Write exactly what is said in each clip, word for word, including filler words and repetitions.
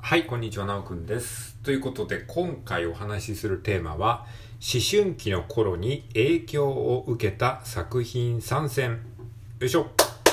はい、こんにちは、なおくんです。ということで、今回お話しするテーマは、思春期の頃に影響を受けた作品さんせん。よいしょ。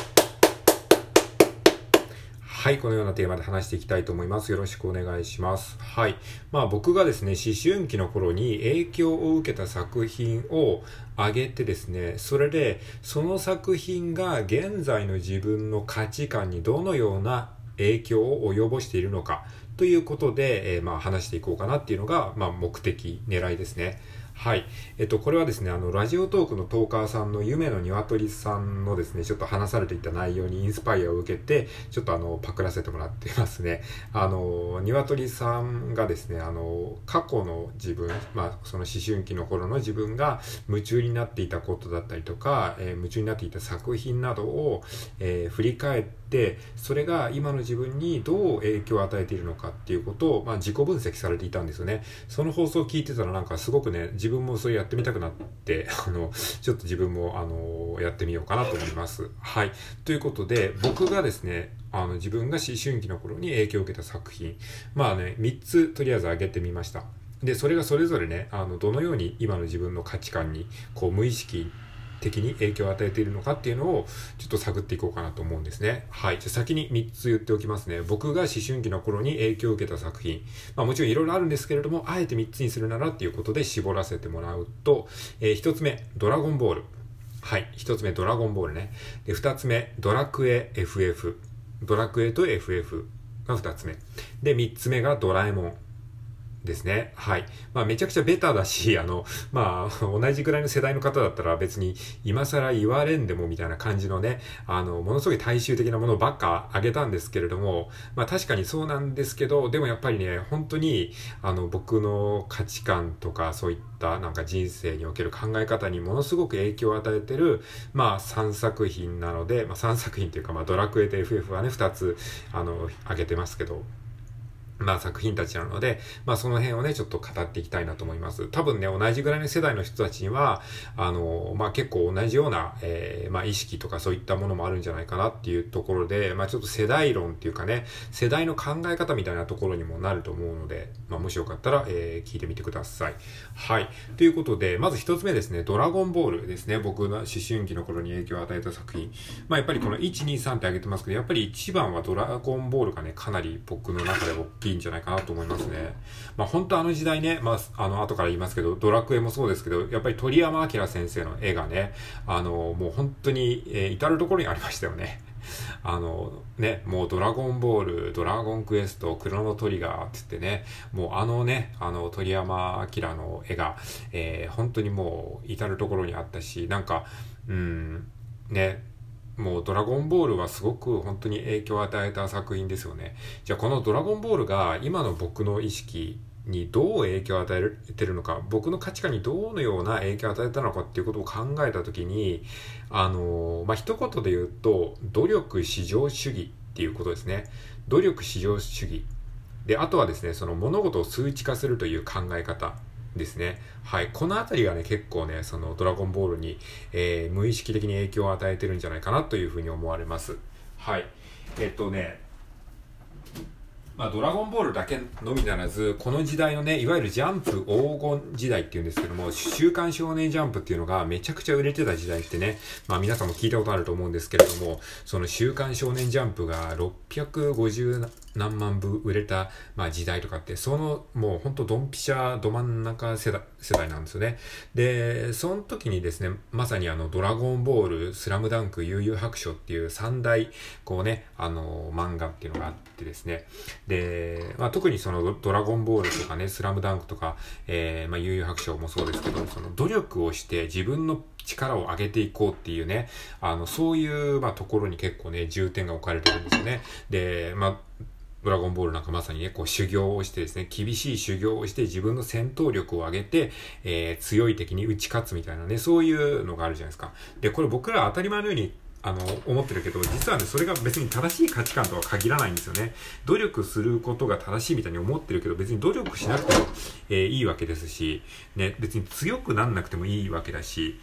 はい、このようなテーマで話していきたいと思います。よろしくお願いします。はい。まあ僕がですね、思春期の頃に影響を受けた作品を挙げてですね、それで、その作品が現在の自分の価値観にどのような影響を及ぼしているのかということで、えー、まあ話していこうかなっていうのが、まあ目的、狙いですね。はい。えっと、これはですね、あの、ラジオトークのトーカーさんの夢の鶏さんのですね、ちょっと話されていた内容にインスパイアを受けて、ちょっとあの、パクらせてもらっていますね。あの、鶏さんがですね、あの、過去の自分、まあ、その思春期の頃の自分が夢中になっていたことだったりとか、えー、夢中になっていた作品などを、えー、振り返って、それが今の自分にどう影響を与えているのかっていうことを、まあ、自己分析されていたんですよね。その放送を聞いてたらなんかすごくね、自分もそれやってみたくなって、あの、ちょっと自分も、あの、やってみようかなと思います。はい。ということで、僕がですね、あの、自分が思春期の頃に影響を受けた作品、まあね、みっつとりあえず挙げてみました。で、それがそれぞれね、あの、どのように今の自分の価値観に、こう、無意識的に影響を与えているのかっていうのをちょっと探っていこうかなと思うんですね。はい。じゃあ先にみっつ言っておきますね。僕が思春期の頃に影響を受けた作品。まあもちろんいろいろあるんですけれども、あえてみっつにするならっていうことで絞らせてもらうと、えー、ひとつめ、ドラゴンボール。はい。ひとつめ、ドラゴンボールね。で、ふたつめ、ドラクエ エフエフ。ドラクエと エフエフ がふたつめ。で、みっつめがドラえもん。ですね。はい。まあめちゃくちゃベタだし、あの、まあ同じぐらいの世代の方だったら別に今更言われんでもみたいな感じのね、あの、ものすごい大衆的なものばっかあげたんですけれども、まあ確かにそうなんですけど、でもやっぱりね、本当に、あの、僕の価値観とかそういったなんか人生における考え方にものすごく影響を与えてる、まあさんさく品なので、まあさんさく品というか、まあドラクエと エフエフ はね、ふたつ、あの、あげてますけど、まあ作品たちなので、まあその辺をね、ちょっと語っていきたいなと思います。多分ね、同じぐらいの世代の人たちには、あの、まあ結構同じような、えー、まあ意識とかそういったものもあるんじゃないかなっていうところで、まあちょっと世代論っていうかね、世代の考え方みたいなところにもなると思うので、まあもしよかったら、えー、聞いてみてください。はい。ということで、まず一つ目ですね、ドラゴンボールですね。僕の思春期の頃に影響を与えた作品。まあやっぱりこのいち、に、さんって挙げてますけど、やっぱり一番はドラゴンボールがね、かなり僕の中で大きいんじゃないかなと思いますね。まあ本当あの時代ね、まああの後から言いますけど、ドラクエもそうですけど、やっぱり鳥山明先生の絵がね、あのもう本当に、えー、至るところにありましたよね。あのね、もうドラゴンボール、ドラゴンクエスト、クロノトリガーって言ってね、もうあのね、あの鳥山明の絵が、えー、本当にもう至るところにあったし、なんか、うん、ね、もうドラゴンボールはすごく本当に影響を与えた作品ですよね。じゃあこのドラゴンボールが今の僕の意識にどう影響を与えてるのか、僕の価値観にどのような影響を与えたのかっていうことを考えたときに、あのー、まあ、一言で言うと、努力至上主義っていうことですね。努力至上主義。で、あとはですね、その物事を数値化するという考え方。ですね。はい。このあたりがね、結構ね、そのドラゴンボールに、えー、無意識的に影響を与えてるんじゃないかなというふうに思われます。はい。えっとね、まあ、ドラゴンボールだけのみならず、この時代のね、いわゆるジャンプ黄金時代っていうんですけども、週刊少年ジャンプっていうのがめちゃくちゃ売れてた時代ってね、まあ皆さんも聞いたことあると思うんですけれども、その週刊少年ジャンプがろっぴゃくごじゅうなんまんぶ売れた、まあ、時代とかって、そのもうほんとドンピシャど真ん中世代、世代なんですよね。で、その時にですね、まさにあのドラゴンボール、スラムダンク、悠々白書っていう三大、こうね、あの漫画っていうのがあってですね、で、まあ、特にそのドラゴンボールとかね、スラムダンクとか、えー、まあ、悠々白書もそうですけど、その努力をして自分の力を上げていこうっていうね、あの、そういう、まあ、ところに結構ね、重点が置かれてるんですよね。で、まあ、ドラゴンボールなんかまさにね、こう修行をしてですね、厳しい修行をして自分の戦闘力を上げて、えー、強い敵に打ち勝つみたいなね、そういうのがあるじゃないですか。で、これ僕ら当たり前のようにあの、思ってるけど、実はね、それが別に正しい価値観とは限らないんですよね。努力することが正しいみたいに思ってるけど、別に努力しなくても、えー、いいわけですし、ね、別に強くなんなくてもいいわけだし、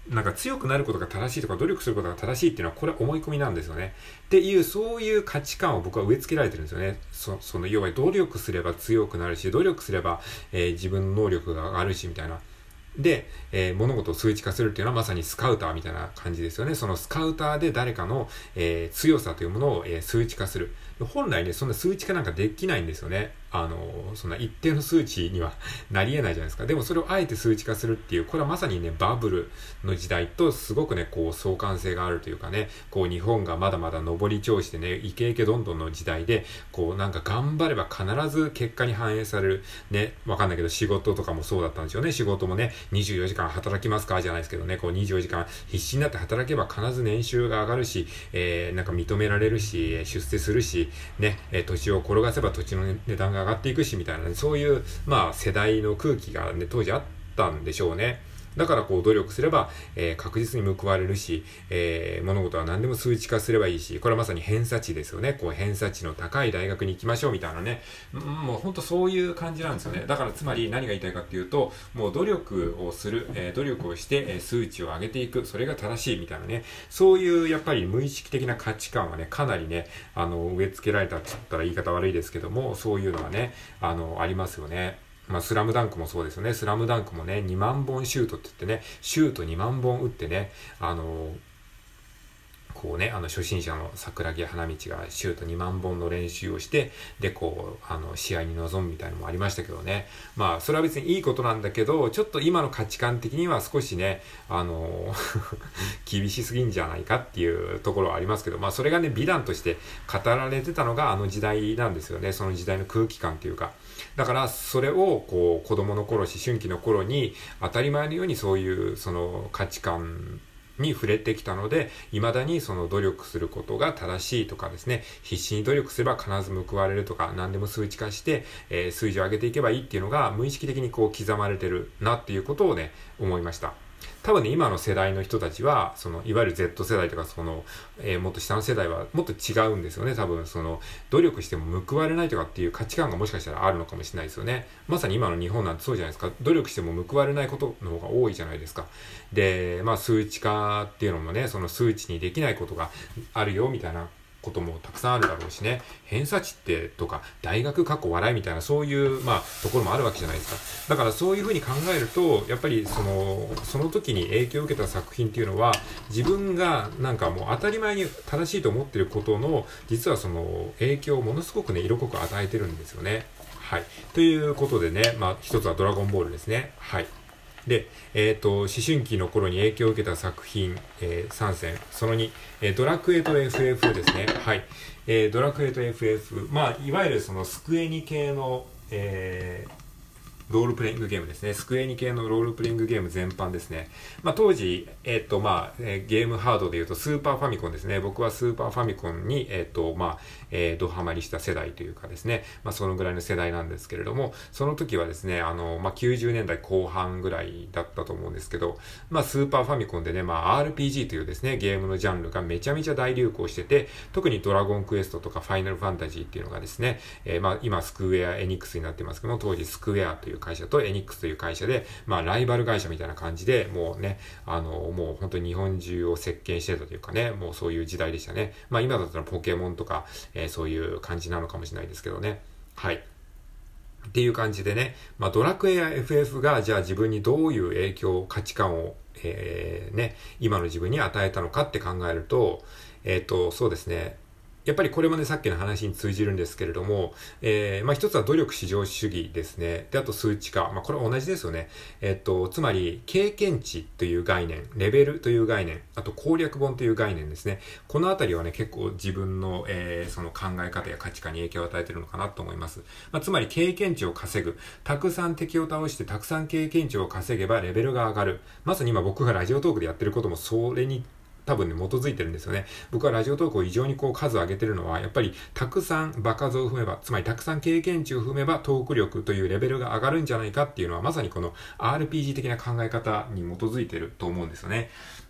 なんか強くなることが正しいとか努力することが正しいっていうのはこれは思い込みなんですよね。っていうそういう価値観を僕は植え付けられてるんですよね。そその要は努力すれば強くなるし、努力すれば、えー、自分の能力が上がるしみたいな。で、えー、物事を数値化するっていうのはまさにスカウターみたいな感じですよね。そのスカウターで誰かの、えー、強さというものを、えー、数値化する。本来ね、そんな数値化なんかできないんですよね。あの、そんな一定の数値にはなり得ないじゃないですか。でもそれをあえて数値化するっていう、これはまさにね、バブルの時代とすごくね、こう相関性があるというかね、こう日本がまだまだ上り調子でね、イケイケどんどんの時代で、こうなんか頑張れば必ず結果に反映される。ね、わかんないけど仕事とかもそうだったんですよね。仕事もね、にじゅうよじかん働きますかじゃないですけどね、こうにじゅうよじかん必死になって働けば必ず年収が上がるし、えー、なんか認められるし、出世するし、ね、えー、土地を転がせば土地の値段が上がっていくし、みたいな、ね、そういう、まあ、世代の空気がね、当時あったんでしょうね。だからこう努力すれば、えー、確実に報われるし、えー、物事は何でも数値化すればいいし、これはまさに偏差値ですよね。こう偏差値の高い大学に行きましょうみたいなね。もうほんとそういう感じなんですよね。だからつまり何が言いたいかっていうと、もう努力をする、えー、努力をして、えー、数値を上げていく、それが正しいみたいなね。そういうやっぱり無意識的な価値観はね、かなりね、あの、植え付けられたって言ったら言い方悪いですけども、そういうのはね、あの、ありますよね。まあ、スラムダンクもそうですよね。スラムダンクもね、にまんぼんシュートって言ってね、シュートにまんぼん打ってね、あの、こうね、あの、初心者の桜木花道がシュートにまんぼんの練習をして、で、こう、あの、試合に臨むみたいなのもありましたけどね。まあ、それは別にいいことなんだけど、ちょっと今の価値観的には少しね、あの、厳しすぎんじゃないかっていうところはありますけど、まあ、それがね、美談として語られてたのがあの時代なんですよね。その時代の空気感っていうか。だからそれをこう子供の頃、思春期の頃に当たり前のようにそういうその価値観に触れてきたので、未だにその努力することが正しいとかですね、必死に努力すれば必ず報われるとか、何でも数値化して、えー、数字を上げていけばいいっていうのが無意識的にこう刻まれてるなっていうことをね、思いました。多分ね、今の世代の人たちは、その、いわゆる Z 世代とか、その、えー、もっと下の世代はもっと違うんですよね。多分、その、努力しても報われないとかっていう価値観がもしかしたらあるのかもしれないですよね。まさに今の日本なんてそうじゃないですか。努力しても報われないことの方が多いじゃないですか。で、まあ、数値化っていうのもね、その数値にできないことがあるよ、みたいなこともたくさんあるだろうしね。偏差値ってとか大学過去笑いみたいなそういうまあところもあるわけじゃないですか。だからそういうふうに考えるとやっぱりそのその時に影響を受けた作品っていうのは自分がなんかもう当たり前に正しいと思っていることの実はその影響をものすごくね色濃く与えてるんですよね。はい。ということでね、まあ一つはドラゴンボールですね。はい。で、えっ、ー、と、思春期の頃に影響を受けた作品、えー、さんせん。そのに、えー、ドラクエと エフエフ ですね。はい。えー、ドラクエと エフエフ。まあ、いわゆるそのスクエニ系の、えー、ロールプレイングゲームですね。スクエニ系のロールプレイングゲーム全般ですね。まあ当時、えっとまあ、えー、ゲームハードで言うとスーパーファミコンですね。僕はスーパーファミコンに、えっとまあ、えー、ドハマりした世代というかですね。まあそのぐらいの世代なんですけれども、その時はですね、あの、まあきゅうじゅうねんだいこう半ぐらいだったと思うんですけど、まあスーパーファミコンでね、まあ アールピージー というですね、ゲームのジャンルがめちゃめちゃ大流行してて、特にドラゴンクエストとかファイナルファンタジーっていうのがですね、えー、まあ今スクエアエニックスになってますけども、当時スクエアという会社とエニックスという会社で、まあライバル会社みたいな感じで、もうね、あの、もう本当に日本中を席巻してたというかね、もうそういう時代でしたね。まあ今だったらポケモンとか、えー、そういう感じなのかもしれないですけどね。はい。っていう感じでね、まあドラクエや エフエフ がじゃあ自分にどういう影響、価値観を、えー、ね、今の自分に与えたのかって考えると、えっと、そうですね。やっぱりこれもね、さっきの話に通じるんですけれども、えー、まあ一つは努力至上主義ですね。で、あと数値化。まあこれは同じですよね。えっと、つまり、経験値という概念、レベルという概念、あと攻略本という概念ですね。このあたりはね、結構自分の、えー、その考え方や価値観に影響を与えているのかなと思います。まあつまり、経験値を稼ぐ。たくさん敵を倒して、たくさん経験値を稼げばレベルが上がる。まさに今僕がラジオトークでやってることもそれに多分ね、基づいてるんですよね。僕はラジオトークを異常にこう数を上げてるのは、やっぱりたくさん場数を踏めば、つまりたくさん経験値を踏めばトーク力というレベルが上がるんじゃないかっていうのは、まさにこの アールピージー 的な考え方に基づいてると思うんですよね。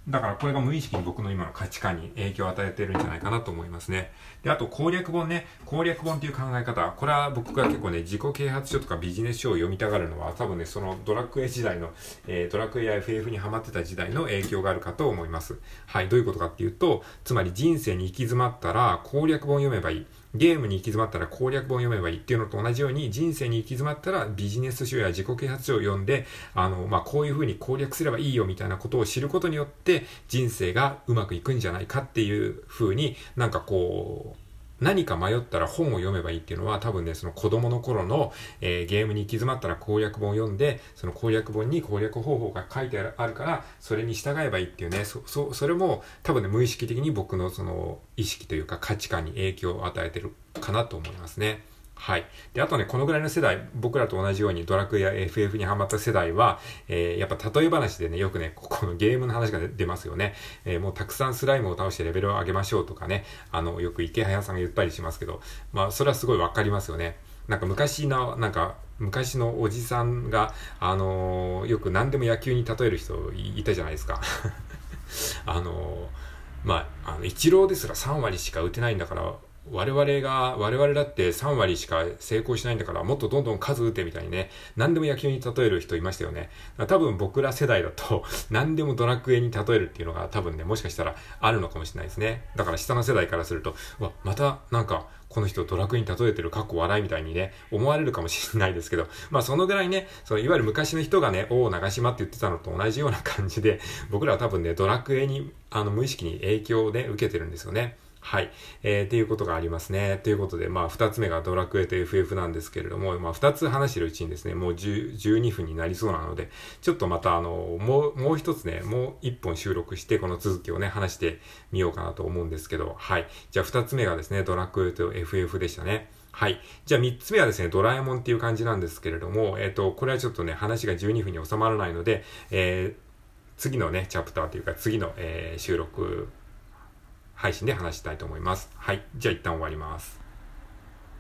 だからこれが無意識に僕の今の価値観に影響を与えてるんじゃないかなと思いますね。で、あと攻略本ね。攻略本っていう考え方。これは僕が結構ね、自己啓発書とかビジネス書を読みたがるのは、多分ね、そのドラクエ時代の、えー、ドラクエや エフエフ にハマってた時代の影響があるかと思います。はい、どういうことかっていうと、つまり人生に行き詰まったら攻略本読めばいい。ゲームに行き詰まったら攻略本読めばいいっていうのと同じように、人生に行き詰まったらビジネス書や自己啓発書を読んで、あの、まあ、こういう風に攻略すればいいよみたいなことを知ることによって、人生がうまくいくんじゃないかっていう風に、なんかこう、何か迷ったら本を読めばいいっていうのは、多分ね、その子供の頃の、えー、ゲームに行き詰まったら攻略本を読んで、その攻略本に攻略方法が書いてあるから、それに従えばいいっていうね、そ、そ、それも多分ね、無意識的に僕のその意識というか価値観に影響を与えてるかなと思いますね。はい。で、あとね、このぐらいの世代、僕らと同じようにドラクエや エフエフ にハマった世代は、えー、やっぱ例え話でね、よくね、ここのゲームの話が出ますよね。えー、もうたくさんスライムを倒してレベルを上げましょうとかね、あの、よく池早さんが言ったりしますけど、まあ、それはすごいわかりますよね。なんか昔の、なんか、昔のおじさんが、あのー、よく何でも野球に例える人いたじゃないですか。あのー、まあ、あの、イチローですらさん割しか打てないんだから、我々が、我々だってさん割しか成功しないんだから、もっとどんどん数打てみたいにね、何でも野球に例える人いましたよね。多分僕ら世代だと、何でもドラクエに例えるっていうのが多分ね、もしかしたらあるのかもしれないですね。だから下の世代からすると、うわ、またなんか、この人ドラクエに例えてる、かっこ笑いみたいにね、思われるかもしれないですけど、まあそのぐらいね、そのいわゆる昔の人がね、おー、長島って言ってたのと同じような感じで、僕らは多分ね、ドラクエに、あの、無意識に影響をね、受けてるんですよね。はい。えー、っていうことがありますね。ということで、まあ、二つ目がドラクエと エフエフ なんですけれども、まあ、二つ話してるうちにですね、もうじゅう、じゅうにふんになりそうなので、ちょっとまた、あの、もう、もう一つね、もう一本収録して、この続きをね、話してみようかなと思うんですけど、はい。じゃあ、二つ目がですね、ドラクエと エフエフ でしたね。はい。じゃあ三つ目はですね、ドラえもんっていう感じなんですけれども、えっと、これはちょっとね、話がじゅうにふんに収まらないので、えー、次のね、チャプターというか、次の、えー、収録、配信で話したいと思います。はい。じゃあ一旦終わります。